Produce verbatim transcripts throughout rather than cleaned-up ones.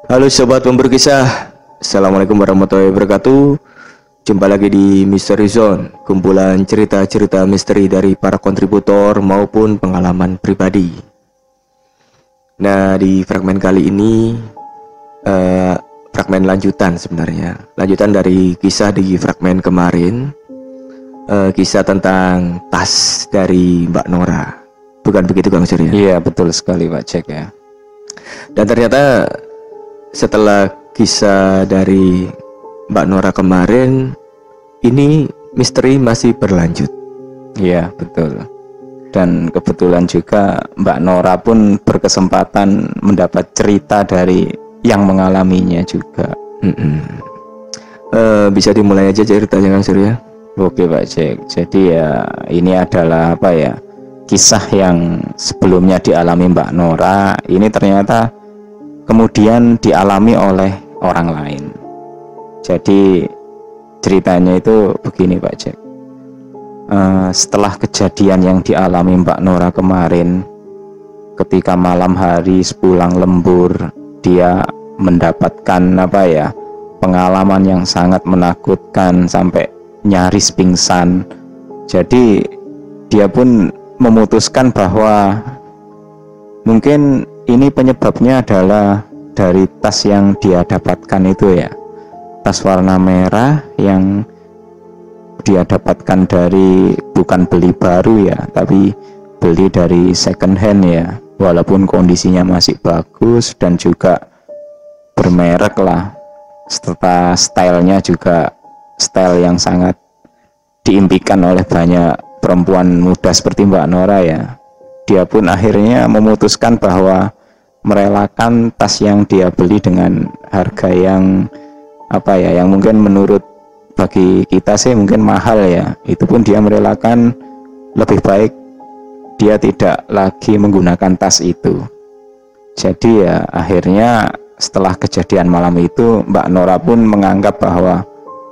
Halo sobat pemburu kisah, Assalamualaikum warahmatullahi wabarakatuh. Jumpa lagi di Misteri Zone, kumpulan cerita-cerita misteri dari para kontributor maupun pengalaman pribadi. Nah, di fragmen kali ini eh, fragmen lanjutan sebenarnya, lanjutan dari kisah di fragmen kemarin, eh, kisah tentang tas dari Mbak Nora. Bukan begitu Kang Surya? Iya, betul sekali Pak Jack ya. Dan ternyata setelah kisah dari Mbak Nora kemarin, ini misteri masih berlanjut. Iya, betul. Dan kebetulan juga Mbak Nora pun berkesempatan mendapat cerita dari yang mengalaminya juga. Mm-mm. Uh, bisa dimulai aja ceritanya Kang Surya. Oke Pak Jack. Jadi ya ini adalah apa ya, kisah yang sebelumnya dialami Mbak Nora, ini ternyata kemudian dialami oleh orang lain. Jadi ceritanya itu begini Pak Jack. Uh, setelah kejadian yang dialami Mbak Nora kemarin, ketika malam hari sepulang lembur, dia mendapatkan apa ya, pengalaman yang sangat menakutkan sampai nyaris pingsan. Jadi dia pun memutuskan bahwa mungkin ini penyebabnya adalah dari tas yang dia dapatkan itu ya, tas warna merah yang dia dapatkan dari, bukan beli baru ya, tapi beli dari second hand ya, walaupun kondisinya masih bagus dan juga bermerek lah, serta stylenya juga style yang sangat diimpikan oleh banyak perempuan muda seperti Mbak Nora ya. Dia pun akhirnya memutuskan bahwa merelakan tas yang dia beli dengan harga yang apa ya, yang mungkin menurut bagi kita sih mungkin mahal ya, itu pun dia merelakan. Lebih baik dia tidak lagi menggunakan tas itu. Jadi ya akhirnya setelah kejadian malam itu, Mbak Nora pun menganggap bahwa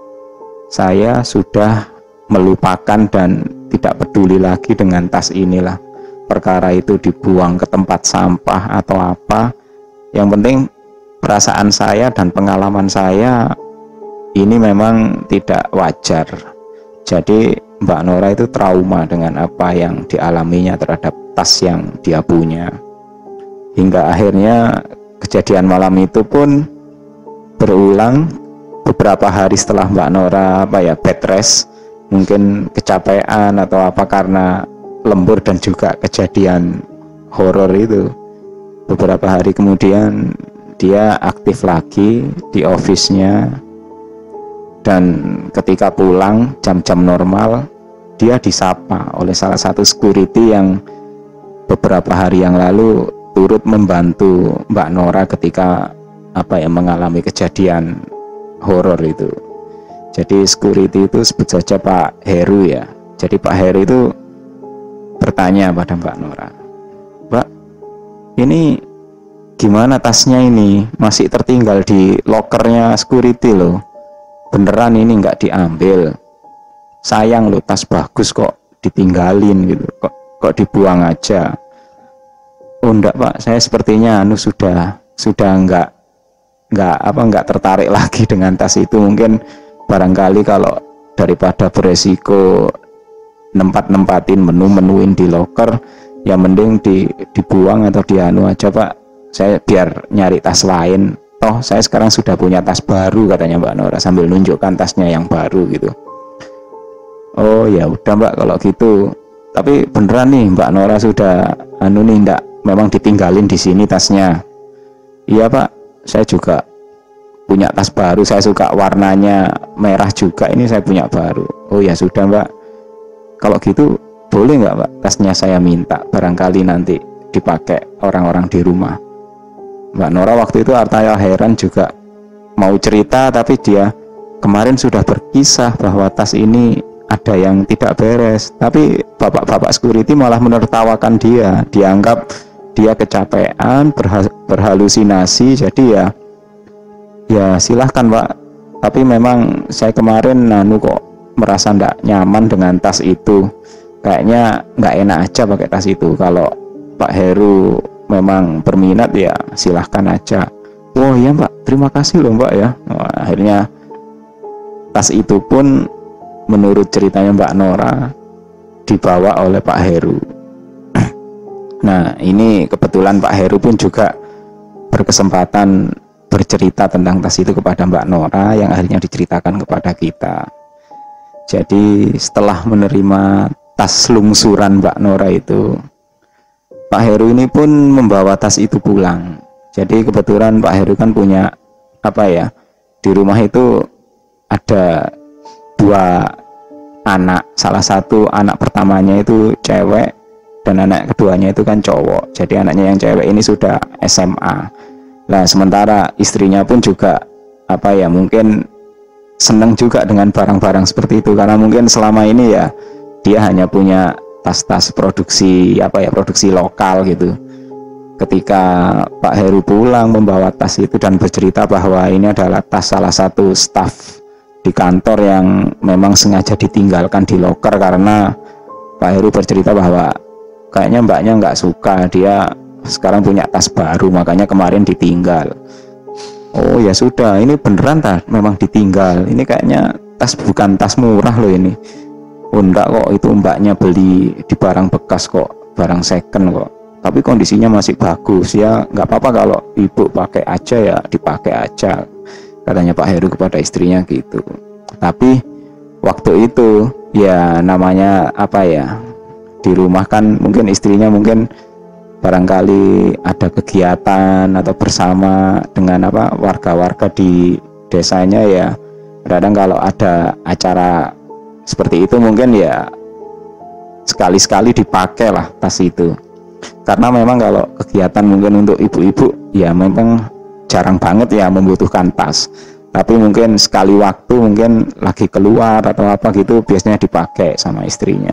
saya sudah melupakan dan tidak peduli lagi dengan tas inilah. Perkara itu dibuang ke tempat sampah atau apa, yang penting perasaan saya dan pengalaman saya ini memang tidak wajar. Jadi Mbak Nora itu trauma dengan apa yang dialaminya terhadap tas yang dia punya, hingga akhirnya kejadian malam itu pun berulang beberapa hari setelah Mbak Nora apa ya, bed rest, mungkin kecapean atau apa karena lembur dan juga kejadian horor itu. Beberapa hari kemudian dia aktif lagi di office-nya, dan ketika pulang jam-jam normal, dia disapa oleh salah satu security yang beberapa hari yang lalu turut membantu Mbak Nora ketika apa ya, mengalami kejadian horor itu. Jadi security itu sebut saja Pak Heru ya. Jadi Pak Heru itu bertanya pada Mbak Nora, "Mbak, ini gimana tasnya ini? Masih tertinggal di lokernya security loh. Beneran ini nggak diambil? Sayang loh, tas bagus kok ditinggalin gitu. Kok kok dibuang aja?" "Oh enggak Pak, saya sepertinya anu sudah sudah nggak nggak apa nggak tertarik lagi dengan tas itu. Mungkin barangkali kalau daripada beresiko nempat-nempatin menu-menuin di loker, ya mending di, dibuang atau dianu aja Pak. Saya biar nyari tas lain. Toh saya sekarang sudah punya tas baru," katanya Mbak Nora sambil nunjukkan tasnya yang baru gitu. "Oh ya udah Mbak kalau gitu. Tapi beneran nih Mbak Nora sudah anu nih, ndak memang ditinggalin di sini tasnya?" "Iya Pak, saya juga punya tas baru. Saya suka warnanya merah juga. Ini saya punya baru." "Oh ya sudah Mbak, kalau gitu boleh nggak Pak tasnya saya minta, barangkali nanti dipakai orang-orang di rumah." Mbak Nora waktu itu artaya heran juga, mau cerita tapi dia kemarin sudah berkisah bahwa tas ini ada yang tidak beres, tapi bapak-bapak security malah menertawakan dia. Dianggap dia kecapean, berha- berhalusinasi. Jadi ya ya silahkan Pak, tapi memang saya kemarin nanu kok merasa ndak nyaman dengan tas itu. Kayaknya nggak enak aja pakai tas itu. Kalau Pak Heru memang berminat ya silahkan aja. oh iya Mbak, terima kasih loh Mbak ya. Wah, akhirnya tas itu pun menurut ceritanya Mbak Nora dibawa oleh Pak Heru. Nah ini kebetulan Pak Heru pun juga berkesempatan bercerita tentang tas itu kepada Mbak Nora yang akhirnya diceritakan kepada kita. Jadi setelah menerima tas lungsuran Mbak Nora itu, Pak Heru ini pun membawa tas itu pulang. Jadi kebetulan Pak Heru kan punya apa ya, di rumah itu ada dua anak, salah satu anak pertamanya itu cewek dan anak keduanya itu kan cowok. Jadi anaknya yang cewek ini sudah S M A. Nah sementara istrinya pun juga apa ya, mungkin senang juga dengan barang-barang seperti itu, karena mungkin selama ini ya dia hanya punya tas-tas produksi apa ya, produksi lokal gitu. Ketika Pak Heru pulang membawa tas itu dan bercerita bahwa ini adalah tas salah satu staf di kantor yang memang sengaja ditinggalkan di loker, karena Pak Heru bercerita bahwa kayaknya mbaknya nggak suka dia sekarang punya tas baru, makanya kemarin ditinggal. Oh ya sudah, ini beneran tas memang ditinggal, ini kayaknya tas bukan tas murah loh ini. Oh enggak kok, itu mbaknya beli di barang bekas kok, barang second kok, tapi kondisinya masih bagus ya, nggak apa-apa kalau ibu pakai aja ya, dipakai aja, katanya Pak Heru kepada istrinya gitu. Tapi waktu itu ya namanya apa ya, di rumah kan mungkin istrinya mungkin barangkali ada kegiatan atau bersama dengan apa warga-warga di desanya ya, kadang kalau ada acara seperti itu mungkin ya sekali-sekali dipakai lah tas itu, karena memang kalau kegiatan mungkin untuk ibu-ibu ya memang jarang banget ya membutuhkan tas, tapi mungkin sekali waktu mungkin lagi keluar atau apa gitu biasanya dipakai sama istrinya.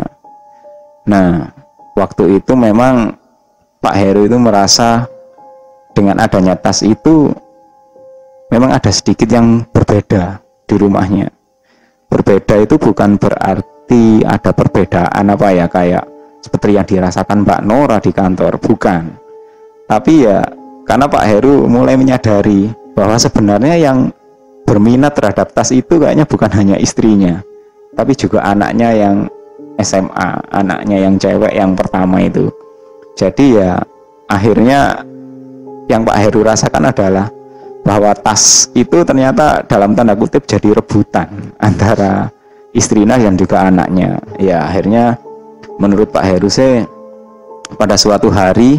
Nah waktu itu memang Pak Heru itu merasa dengan adanya tas itu memang ada sedikit yang berbeda di rumahnya. Berbeda itu bukan berarti ada perbedaan apa ya, kayak seperti yang dirasakan Mbak Nora di kantor, bukan. Tapi ya karena Pak Heru mulai menyadari bahwa sebenarnya yang berminat terhadap tas itu kayaknya bukan hanya istrinya, tapi juga anaknya yang S M A, anaknya yang cewek yang pertama itu. Jadi ya akhirnya yang Pak Heru rasakan adalah bahwa tas itu ternyata dalam tanda kutip jadi rebutan antara istrinya dan juga anaknya. Ya akhirnya menurut Pak Heru sih pada suatu hari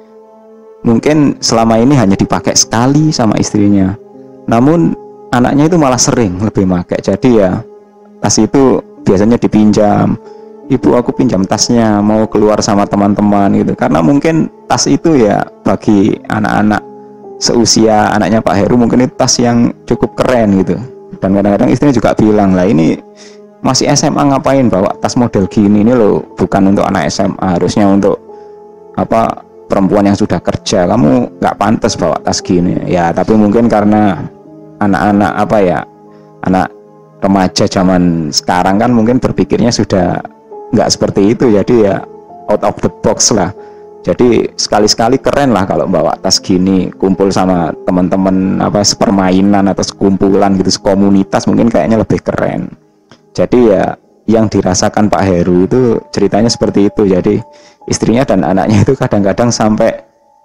mungkin selama ini hanya dipakai sekali sama istrinya, namun anaknya itu malah sering lebih pakai. Jadi ya tas itu biasanya dipinjam, ibu aku pinjam tasnya mau keluar sama teman-teman gitu, karena mungkin tas itu ya bagi anak-anak seusia anaknya Pak Heru mungkin itu tas yang cukup keren gitu. Dan kadang-kadang istrinya juga bilang, lah ini masih S M A ngapain bawa tas model gini, ini loh bukan untuk anak S M A, harusnya untuk apa perempuan yang sudah kerja, kamu nggak pantas bawa tas gini ya. Tapi mungkin karena anak-anak apa ya, anak remaja zaman sekarang kan mungkin berpikirnya sudah nggak seperti itu, jadi ya out of the box lah. Jadi sekali-sekali keren lah kalau bawa tas gini, kumpul sama teman-teman apa sepermainan atau sekumpulan gitu, sekomunitas, mungkin kayaknya lebih keren. Jadi ya yang dirasakan Pak Heru itu ceritanya seperti itu. Jadi istrinya dan anaknya itu kadang-kadang sampai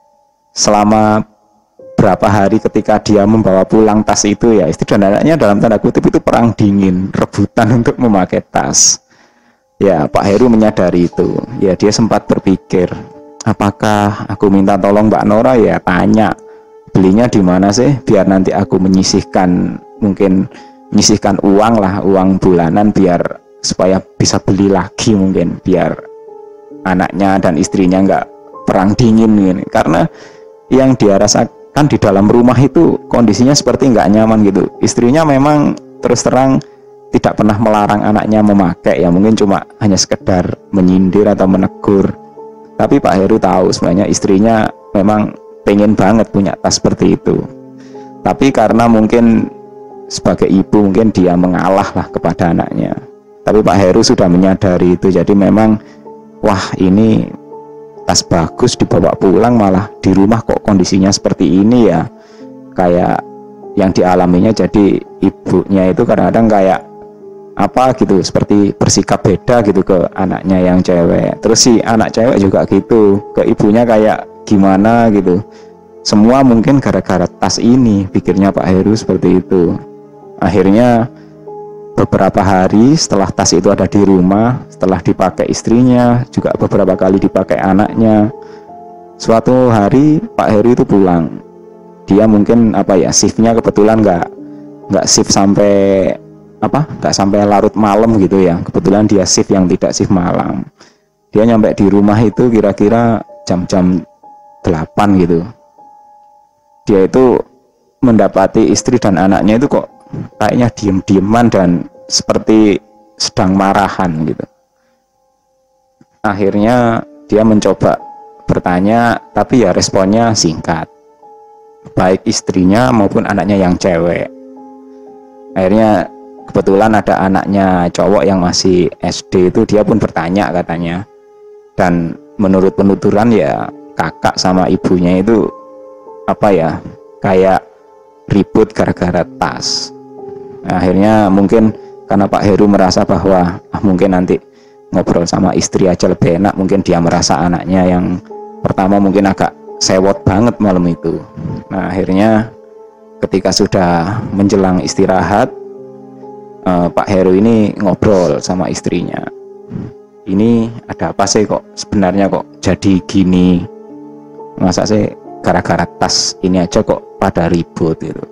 selama berapa hari ketika dia membawa pulang tas itu ya, istri dan anaknya dalam tanda kutip itu perang dingin, rebutan untuk memakai tas. Ya Pak Heru menyadari itu. Ya dia sempat berpikir, apakah aku minta tolong Mbak Nora ya, tanya belinya di mana sih, biar nanti aku menyisihkan, mungkin menyisihkan uang lah, uang bulanan biar supaya bisa beli lagi, mungkin biar anaknya dan istrinya nggak perang dingin ini. Karena yang dia rasakan di dalam rumah itu kondisinya seperti nggak nyaman gitu. Istrinya memang terus terang tidak pernah melarang anaknya memakai ya, mungkin cuma hanya sekedar menyindir atau menegur. Tapi Pak Heru tahu sebenarnya istrinya memang pengen banget punya tas seperti itu, tapi karena mungkin sebagai ibu mungkin dia mengalah lah kepada anaknya. Tapi Pak Heru sudah menyadari itu. Jadi memang wah ini tas bagus dibawa pulang malah di rumah kok kondisinya seperti ini ya. kayak yang dialaminya. Jadi ibunya itu kadang-kadang kayak apa gitu, seperti bersikap beda gitu ke anaknya yang cewek. Terus si anak cewek juga gitu ke ibunya kayak gimana gitu. Semua mungkin gara-gara tas ini, pikirnya Pak Heru seperti itu. Akhirnya beberapa hari setelah tas itu ada di rumah, setelah dipakai istrinya, juga beberapa kali dipakai anaknya, suatu hari Pak Heru itu pulang. Dia mungkin apa ya, shiftnya kebetulan nggak nggak shift sampai apa nggak sampai larut malam gitu ya, kebetulan dia shift yang tidak shift malam. Dia nyampe di rumah itu kira-kira jam-jam delapan gitu. Dia itu mendapati istri dan anaknya itu kok kayaknya diem-dieman dan seperti sedang marahan gitu. Akhirnya dia mencoba bertanya, tapi ya responnya singkat, baik istrinya maupun anaknya yang cewek. Akhirnya kebetulan ada anaknya cowok yang masih S D itu, dia pun bertanya katanya. Dan menurut penuturan ya kakak sama ibunya itu apa ya, kayak ribut gara-gara tas. Nah, akhirnya mungkin karena Pak Heru merasa bahwa ah, mungkin nanti ngobrol sama istri aja lebih enak, mungkin dia merasa anaknya yang pertama mungkin agak sewot banget malam itu. Nah, akhirnya ketika sudah menjelang istirahat, eh, Pak Heru ini ngobrol sama istrinya. Ini ada apa sih kok sebenarnya kok jadi gini? Masa sih gara-gara tas ini aja kok pada ribut gitu.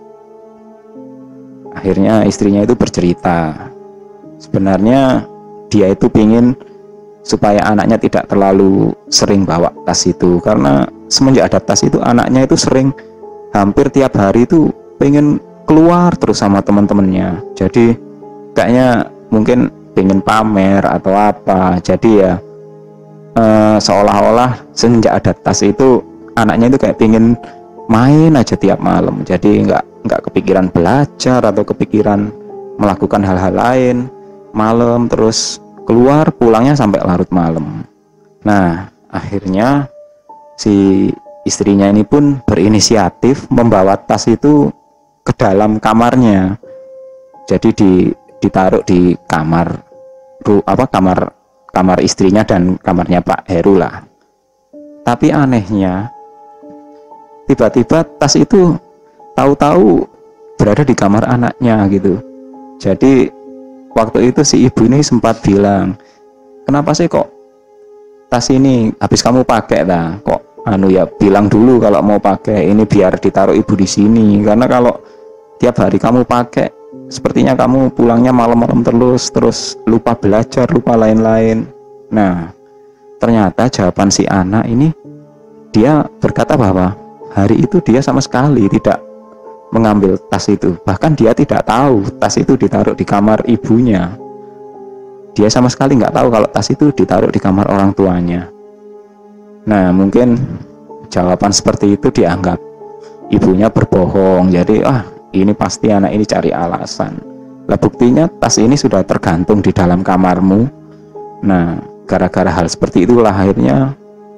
Akhirnya istrinya itu bercerita, sebenarnya dia itu pingin supaya anaknya tidak terlalu sering bawa tas itu, karena semenjak ada tas itu anaknya itu sering hampir tiap hari itu pengen keluar terus sama teman-temannya. Jadi kayaknya mungkin pengen pamer atau apa. Jadi ya eh, seolah-olah semenjak ada tas itu anaknya itu kayak pengen main aja tiap malam. Jadi nggak nggak kepikiran belajar atau kepikiran melakukan hal-hal lain malam, terus keluar pulangnya sampai larut malam. Nah, akhirnya si istrinya ini pun berinisiatif membawa tas itu ke dalam kamarnya. Jadi di, ditaruh di kamar ru, apa kamar kamar istrinya dan kamarnya Pak Heru lah. Tapi anehnya tiba-tiba tas itu tahu-tahu berada di kamar anaknya gitu. Jadi waktu itu si ibu ini sempat bilang, kenapa sih kok tas ini habis kamu pakai dah? Kok anu ya, bilang dulu kalau mau pakai ini biar ditaruh ibu di sini. Karena kalau tiap hari kamu pakai, sepertinya kamu pulangnya malam-malam terus, terus lupa belajar, lupa lain-lain. Nah, ternyata jawaban si anak ini, dia berkata bahwa hari itu dia sama sekali tidak mengambil tas itu, bahkan dia tidak tahu tas itu ditaruh di kamar ibunya. Dia sama sekali nggak tahu kalau tas itu ditaruh di kamar orang tuanya. Nah, mungkin jawaban seperti itu dianggap ibunya berbohong. Jadi ah, ini pasti anak ini cari alasan. Lah buktinya tas ini sudah tergantung di dalam kamarmu. Nah, gara-gara hal seperti itulah akhirnya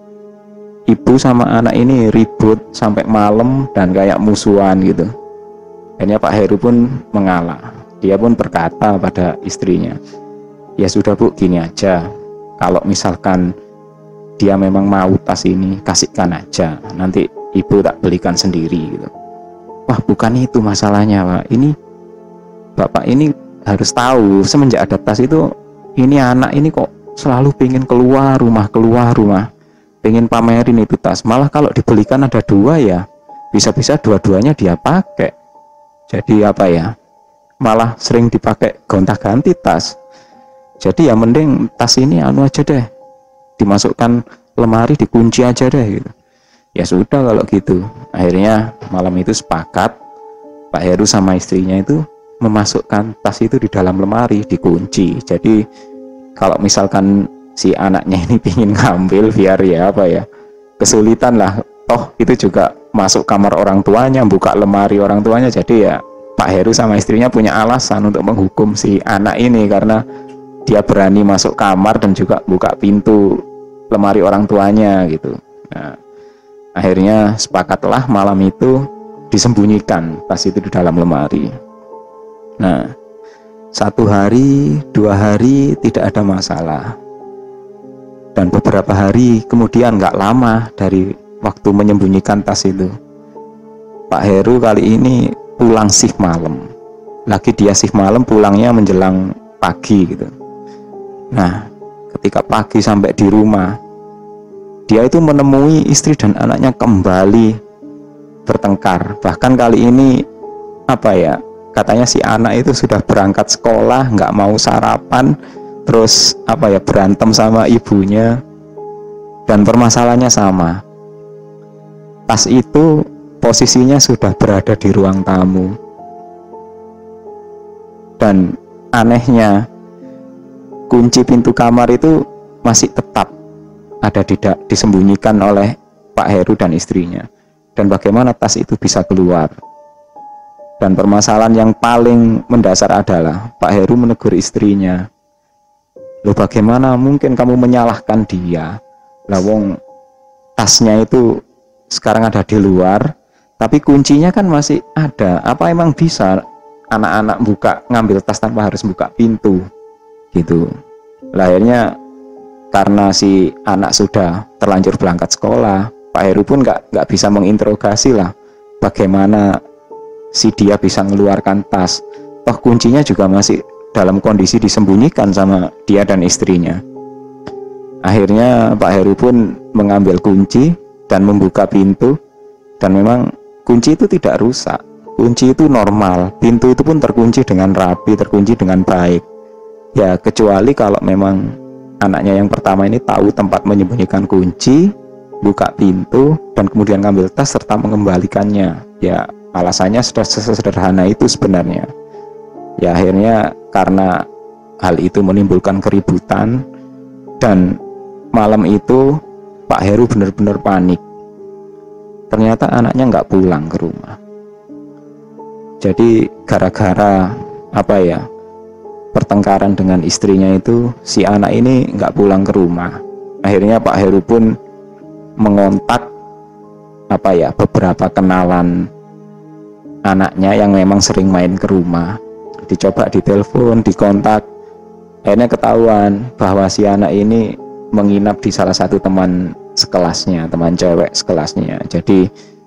ibu sama anak ini ribut sampai malam dan kayak musuhan gitu. Akhirnya Pak Heru pun mengalah. Dia pun berkata pada istrinya, ya sudah Bu, gini aja, kalau misalkan dia memang mau tas ini, kasihkan aja, nanti ibu tak belikan sendiri gitu. Wah, bukan itu masalahnya Pak, ini Bapak ini harus tahu, semenjak ada tas itu, ini anak ini kok selalu pengen keluar rumah, keluar rumah, pengen pamerin itu tas. Malah kalau dibelikan ada dua ya, bisa-bisa dua-duanya dia pakai. Jadi apa ya, malah sering dipakai gonta-ganti tas. Jadi ya mending tas ini anu aja deh, dimasukkan lemari, dikunci aja deh gitu. Ya sudah kalau gitu. Akhirnya malam itu sepakat Pak Heru sama istrinya itu memasukkan tas itu di dalam lemari, dikunci. Jadi kalau misalkan si anaknya ini pingin ngambil, biar ya apa ya, kesulitan lah, toh itu juga masuk kamar orang tuanya, buka lemari orang tuanya. Jadi ya Pak Heru sama istrinya punya alasan untuk menghukum si anak ini karena dia berani masuk kamar dan juga buka pintu lemari orang tuanya gitu. Nah, akhirnya sepakatlah malam itu disembunyikan tas itu di dalam lemari. Nah, satu hari, dua hari tidak ada masalah. Dan beberapa hari kemudian, nggak lama dari waktu menyembunyikan tas itu, Pak Heru kali ini pulang shift malam. Lagi dia shift malam, pulangnya menjelang pagi gitu. Nah, ketika pagi sampai di rumah, dia itu menemui istri dan anaknya kembali bertengkar. Bahkan kali ini apa ya, katanya si anak itu sudah berangkat sekolah, nggak mau sarapan, terus apa ya, berantem sama ibunya. Dan permasalahannya sama, tas itu posisinya sudah berada di ruang tamu. Dan anehnya, kunci pintu kamar itu masih tetap ada di disembunyikan oleh Pak Heru dan istrinya. Dan bagaimana tas itu bisa keluar? Dan permasalahan yang paling mendasar adalah Pak Heru menegur istrinya. Loh, bagaimana mungkin kamu menyalahkan dia? Lah wong tasnya itu sekarang ada di luar, tapi kuncinya kan masih ada. Apa emang bisa anak-anak buka, ngambil tas tanpa harus buka pintu? Gitu. Lah, akhirnya karena si anak sudah terlanjur berangkat sekolah, Pak Heru pun nggak nggak bisa menginterogasi lah bagaimana si dia bisa mengeluarkan tas. Toh kuncinya juga masih dalam kondisi disembunyikan sama dia dan istrinya. Akhirnya Pak Heru pun mengambil kunci dan membuka pintu, dan memang kunci itu tidak rusak. Kunci itu normal, pintu itu pun terkunci dengan rapi, terkunci dengan baik. Ya, kecuali kalau memang anaknya yang pertama ini tahu tempat menyembunyikan kunci, buka pintu, dan kemudian ngambil tas serta mengembalikannya. Ya, alasannya sudah sesederhana itu sebenarnya. Ya, akhirnya karena hal itu menimbulkan keributan, dan malam itu Pak Heru benar-benar panik. Ternyata anaknya nggak pulang ke rumah. Jadi gara-gara apa ya, pertengkaran dengan istrinya itu, si anak ini nggak pulang ke rumah. Akhirnya Pak Heru pun mengontak apa ya, beberapa kenalan anaknya yang memang sering main ke rumah. Dicoba ditelepon, dikontak. Akhirnya ketahuan bahwa si anak ini menginap di salah satu teman sekelasnya, teman cewek sekelasnya. Jadi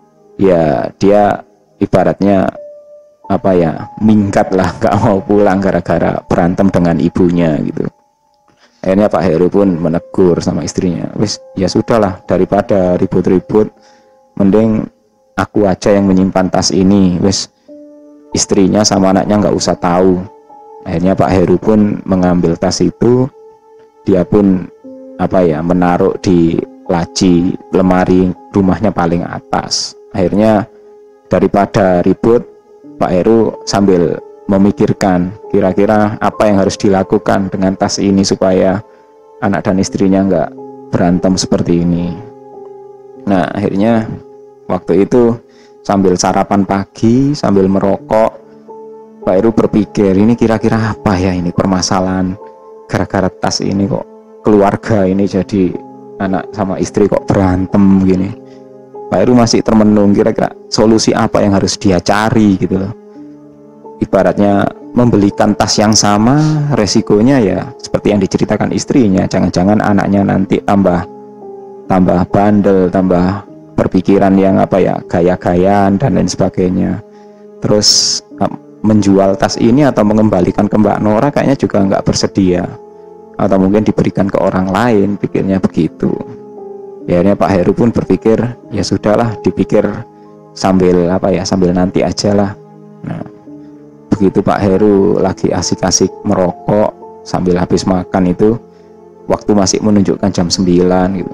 ya dia ibaratnya apa ya, minggat lah, nggak mau pulang gara-gara berantem dengan ibunya gitu. Akhirnya Pak Heru pun menegur sama istrinya, wis ya sudahlah, daripada ribut-ribut, mending aku aja yang menyimpan tas ini. Wis, istrinya sama anaknya nggak usah tahu. Akhirnya Pak Heru pun mengambil tas itu, dia pun apa ya, menaruh di laci lemari rumahnya paling atas. Akhirnya daripada ribut, Pak Heru sambil memikirkan kira-kira apa yang harus dilakukan dengan tas ini supaya anak dan istrinya nggak berantem seperti ini. Nah, akhirnya waktu itu sambil sarapan pagi, sambil merokok, Pak Heru berpikir, ini kira-kira apa ya ini permasalahan, gara-gara tas ini kok keluarga ini jadi anak sama istri kok berantem gini. Pak Heru masih termenung, kira-kira solusi apa yang harus dia cari gitu loh. Ibaratnya membelikan tas yang sama, resikonya ya seperti yang diceritakan istrinya, jangan-jangan anaknya nanti tambah tambah bandel, tambah berpikiran yang apa ya, gaya-gayaan dan lain sebagainya. Terus menjual tas ini atau mengembalikan ke Mbak Nora kayaknya juga nggak bersedia, atau mungkin diberikan ke orang lain, pikirnya begitu. Ya, akhirnya Pak Heru pun berpikir, ya sudahlah, dipikir sambil apa ya, sambil nanti aja lah. Nah, begitu Pak Heru lagi asik-asik merokok sambil habis makan itu, waktu masih menunjukkan jam sembilan gitu,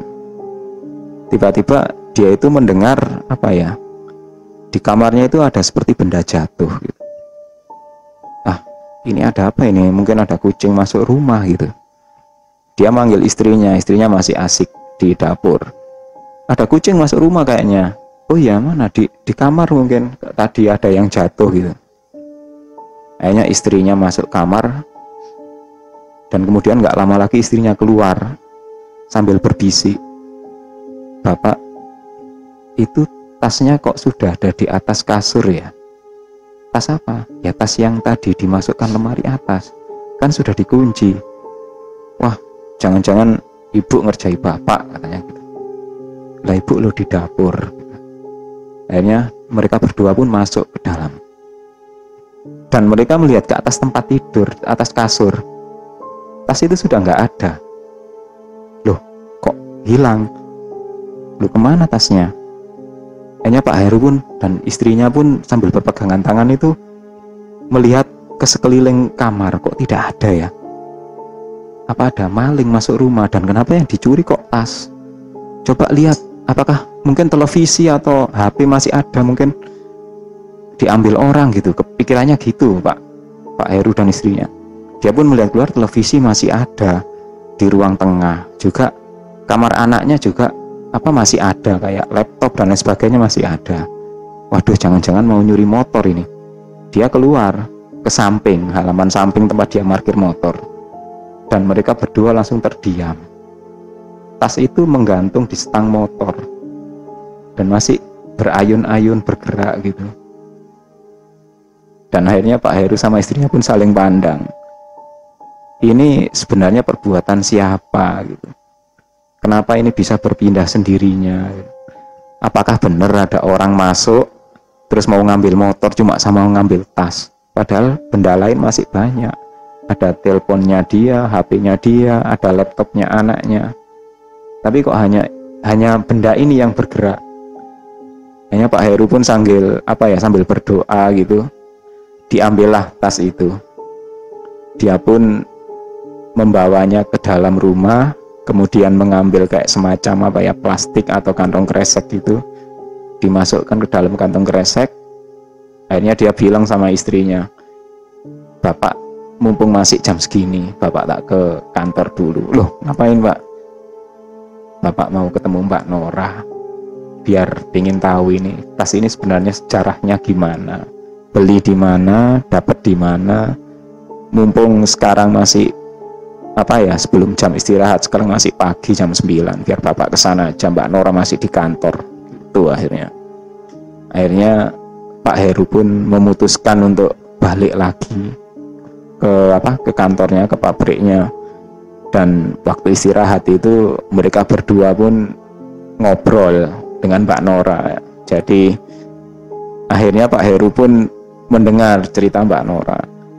tiba-tiba dia itu mendengar apa ya, di kamarnya itu ada seperti benda jatuh gitu. Ah, ini ada apa ini? Mungkin ada kucing masuk rumah gitu. Dia manggil istrinya, istrinya masih asik di dapur. Ada kucing masuk rumah kayaknya. Oh iya, mana di di kamar, mungkin tadi ada yang jatuh gitu. Akhirnya istrinya masuk kamar, dan kemudian nggak lama lagi istrinya keluar sambil berbisik, Bapak, itu tasnya kok sudah ada di atas kasur ya? Tas apa? Ya tas yang tadi dimasukkan lemari atas, kan sudah dikunci. Wah, jangan-jangan ibu ngerjai bapak, katanya gitu. Lah ibu lo di dapur. Akhirnya mereka berdua pun masuk ke dalam, dan mereka melihat ke atas tempat tidur, atas kasur. Tas itu sudah nggak ada. Loh, kok hilang? Loh, kemana tasnya? Akhirnya Pak Heru pun dan istrinya pun sambil berpegangan tangan itu melihat ke sekeliling kamar, kok tidak ada ya? Apa ada maling masuk rumah, dan kenapa yang dicuri kok tas? Coba lihat, apakah mungkin televisi atau H P masih ada, mungkin diambil orang gitu. Kepikirannya gitu Pak Pak Heru dan istrinya. Dia pun melihat keluar, televisi masih ada di ruang tengah, juga kamar anaknya juga apa masih ada, kayak laptop dan lain sebagainya masih ada. Waduh, jangan-jangan mau nyuri motor ini. Dia keluar ke samping, halaman samping tempat dia parkir motor, dan mereka berdua langsung terdiam. Tas itu menggantung di stang motor dan masih berayun-ayun bergerak gitu. Dan akhirnya Pak Heru sama istrinya pun saling pandang. Ini sebenarnya perbuatan siapa gitu? Kenapa ini bisa berpindah sendirinya? Apakah benar ada orang masuk terus mau ngambil motor cuma sama ngambil tas? Padahal benda lain masih banyak. Ada teleponnya dia, H P-nya dia, ada laptopnya anaknya. Tapi kok hanya hanya benda ini yang bergerak. Hanya Pak Heru pun sambil apa ya sambil berdoa gitu. Diambillah tas itu. Dia pun membawanya ke dalam rumah, kemudian mengambil kayak semacam apa ya plastik atau kantong kresek gitu, dimasukkan ke dalam kantong kresek. Akhirnya dia bilang sama istrinya, "Bapak, mumpung masih jam segini, Bapak tak ke kantor dulu." "Loh, ngapain Pak?" "Bapak mau ketemu Mbak Nora, biar ingin tahu ini tas ini sebenarnya sejarahnya gimana, beli di mana, dapat di mana. Mumpung sekarang masih apa ya sebelum jam istirahat, sekarang masih pagi jam sembilan, biar Bapak kesana aja, Mbak Nora masih di kantor." Itu akhirnya akhirnya Pak Heru pun memutuskan untuk balik lagi ke apa ke kantornya, ke pabriknya. Dan waktu istirahat itu mereka berdua pun ngobrol dengan Mbak Nora. Jadi akhirnya Pak Heru pun mendengar cerita Mbak Nora,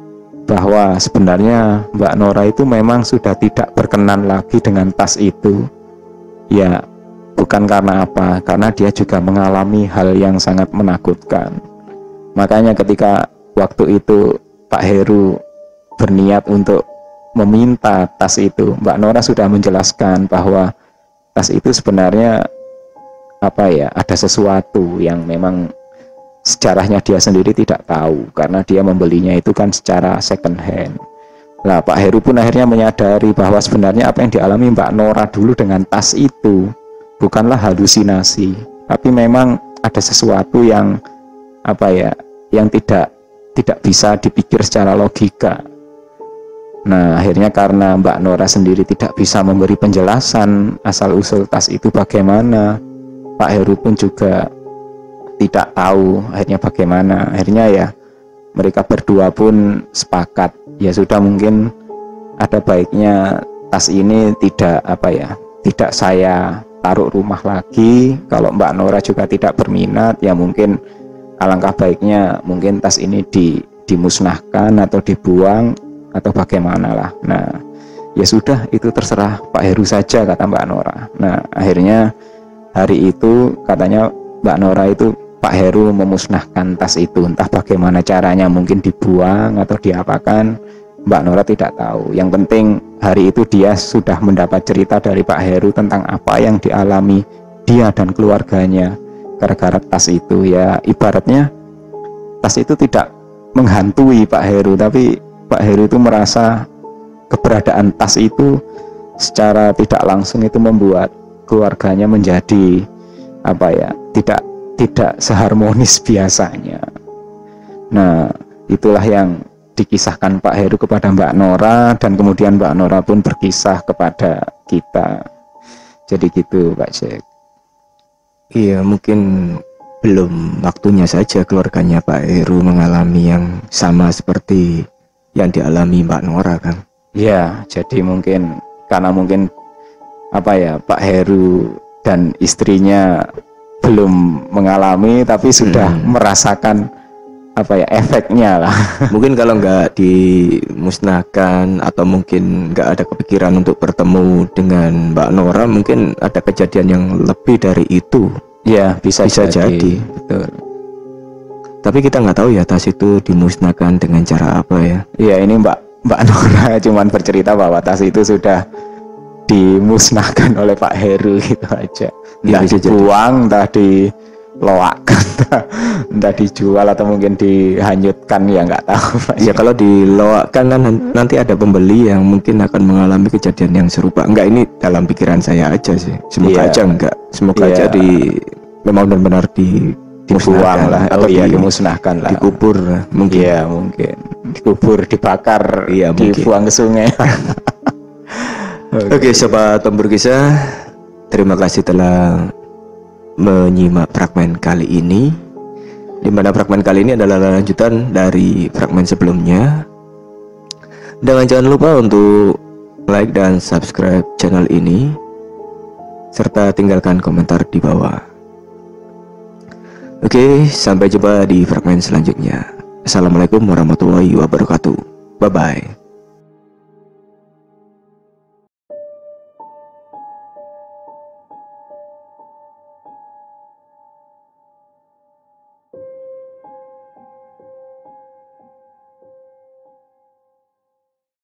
bahwa sebenarnya Mbak Nora itu memang sudah tidak berkenan lagi dengan tas itu. Ya, bukan karena apa, karena dia juga mengalami hal yang sangat menakutkan. Makanya ketika waktu itu Pak Heru berniat untuk meminta tas itu, Mbak Nora sudah menjelaskan bahwa tas itu sebenarnya apa ya, ada sesuatu yang memang sejarahnya dia sendiri tidak tahu, karena dia membelinya itu kan secara second hand. Nah, Pak Heru pun akhirnya menyadari bahwa sebenarnya apa yang dialami Mbak Nora dulu dengan tas itu bukanlah halusinasi, tapi memang ada sesuatu yang apa ya, yang tidak tidak bisa dipikir secara logika. Nah, akhirnya karena Mbak Nora sendiri tidak bisa memberi penjelasan asal-usul tas itu bagaimana, Pak Heru pun juga tidak tahu akhirnya bagaimana. Akhirnya ya mereka berdua pun sepakat, ya sudah, mungkin ada baiknya tas ini tidak apa ya tidak saya taruh rumah lagi. Kalau Mbak Nora juga tidak berminat, ya mungkin alangkah baiknya mungkin tas ini di, dimusnahkan atau dibuang atau bagaimana lah. Nah, ya sudah, itu terserah Pak Heru saja, kata Mbak Nora. Nah, akhirnya hari itu katanya Mbak Nora itu Pak Heru memusnahkan tas itu, entah bagaimana caranya, mungkin dibuang atau diapakan, Mbak Nora tidak tahu. Yang penting hari itu dia sudah mendapat cerita dari Pak Heru tentang apa yang dialami dia dan keluarganya gara-gara tas itu. Ya ibaratnya tas itu tidak menghantui Pak Heru, tapi Pak Heru itu merasa keberadaan tas itu secara tidak langsung itu membuat keluarganya menjadi apa ya tidak tidak seharmonis biasanya. Nah, itulah yang dikisahkan Pak Heru kepada Mbak Nora, dan kemudian Mbak Nora pun berkisah kepada kita. Jadi gitu Pak Syekh. Iya, mungkin belum waktunya saja keluarganya Pak Heru mengalami yang sama seperti yang dialami Mbak Nora kan. Ya, jadi mungkin karena mungkin apa ya, Pak Heru dan istrinya belum mengalami tapi sudah hmm. merasakan apa ya, efeknya lah. Mungkin kalau nggak dimusnahkan atau mungkin nggak ada kepikiran untuk bertemu dengan Mbak Nora, mungkin ada kejadian yang lebih dari itu. Ya, bisa, bisa jadi. jadi. Betul. Tapi kita nggak tahu ya tas itu dimusnahkan dengan cara apa ya. Iya, ini Mbak Mbak Nora cuman bercerita bahwa tas itu sudah dimusnahkan oleh Pak Heru gitu aja. Entah ya, dibuang, entah diloakkan, entah, entah dijual atau mungkin dihanyutkan, ya nggak tahu. Ya kalau diloakkan kan nanti ada pembeli yang mungkin akan mengalami kejadian yang serupa. Enggak, ini dalam pikiran saya aja sih. Semoga ya. aja enggak. Semoga ya. aja di memang benar-benar di dimusnahkan lah, atau oh, iya, di, dimusnahkan lah, dikubur mungkin. Iya, mungkin dikubur, dibakar, iya, dibuang ke sungai. Oke, okay, sobat Tempur Kisah, terima kasih telah menyimak fragmen kali ini. Di mana fragmen kali ini adalah lanjutan dari fragmen sebelumnya. Dan jangan lupa untuk like dan subscribe channel ini, serta tinggalkan komentar di bawah. Oke, sampai jumpa di fragmen selanjutnya. Assalamualaikum warahmatullahi wabarakatuh. Bye bye.